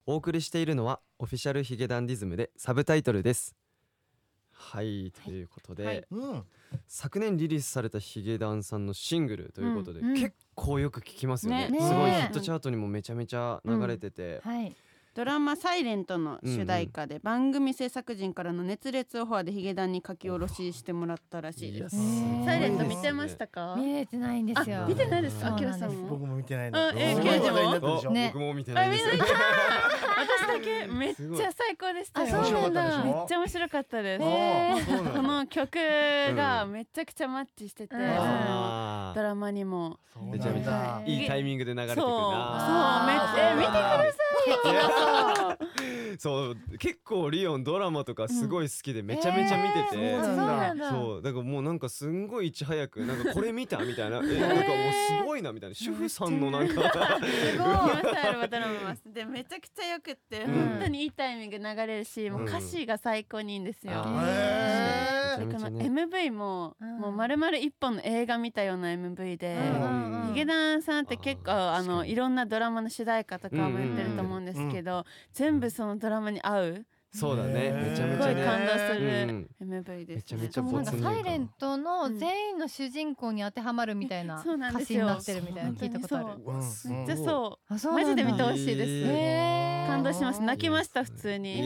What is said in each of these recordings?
お送りしているのはオフィシャルヒゲダンディズムでサブタイトルです。はい、ということで、 はい昨年リリースされたヒゲダンさんのシングルということで、 うん結構よく聞きますよね。 ねすごいヒットチャートにもめちゃめちゃ流れてて、 はいドラマサイレントの主題歌で、番組制作陣からの熱烈オファーでヒゲダンに書き下ろししてもらったらしいです。サイレント見てましたか？ 見れてないんですよ。 見てないですか？ そうあきらなんですさんも。 僕も見てないの。 あケイジもすごい話題になってるでしょ。 ね僕も見てないです。 私だけめっちゃ最高でしたよ。 あ、そうなんだ。 めっちゃ面白かったです。 そうなんだこの曲がめちゃくちゃマッチしてて、そのあドラマにも。 そうめちゃめちゃいいタイミングで流れてくるそうな。 見てくださいよ。 そう結構リオンドラマとかすごい好きでめちゃめちゃ見てて、 そうなんだ。 そうだからもうなんかすんごいいち早くなんかこれ見たみたいな、なんかもうすごいなみたいな、主婦さんのなんかすごい見ましたよドラマます。でめちゃくちゃよくって、本当にいいタイミング流れるし、もう歌詞が最高にいいんですよ。 あーでこのめちゃめちゃね MV も、もう丸々一本の映画見たような MV で、ヒゲダンさんって結構確かにいろんなドラマの主題歌とかもやってると思うんですけど、全部そのドラマに合うそうだね、めちゃめすごいちゃね感動すうんる MV ですね。 めちゃめちゃなんか没入感サイレントの全員の主人公に当てはまるみたいなそうなん歌ですよ詞になってるみたいなの聞いたことある。 めっちゃそうあ、そうなんだ。 マジで見てほしいです。感動します。泣きました普通に。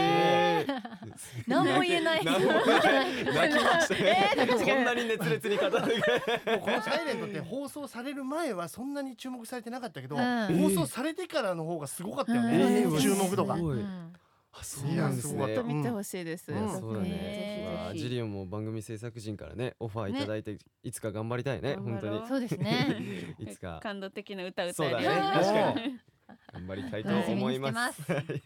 何も言えない。 何も言えない泣きましたね。こんなに熱烈に語る。 もうこのサイレントって放送される前はそんなに注目されてなかったけど、 うん放送されてからの方がすごかったよね、 うん注目度が。 すごいうんあ、そうなんですね。 いやすごかった見てほしいです。 そうだね。 ぜひぜひ。 ジリオンも番組制作陣からねオファーいただいて、いつか頑張りたいね、本当に。 そうですね。 いつか感動的な歌歌えるそうだね、 ように確かに頑張りたいと思います。 楽しみにしてますはい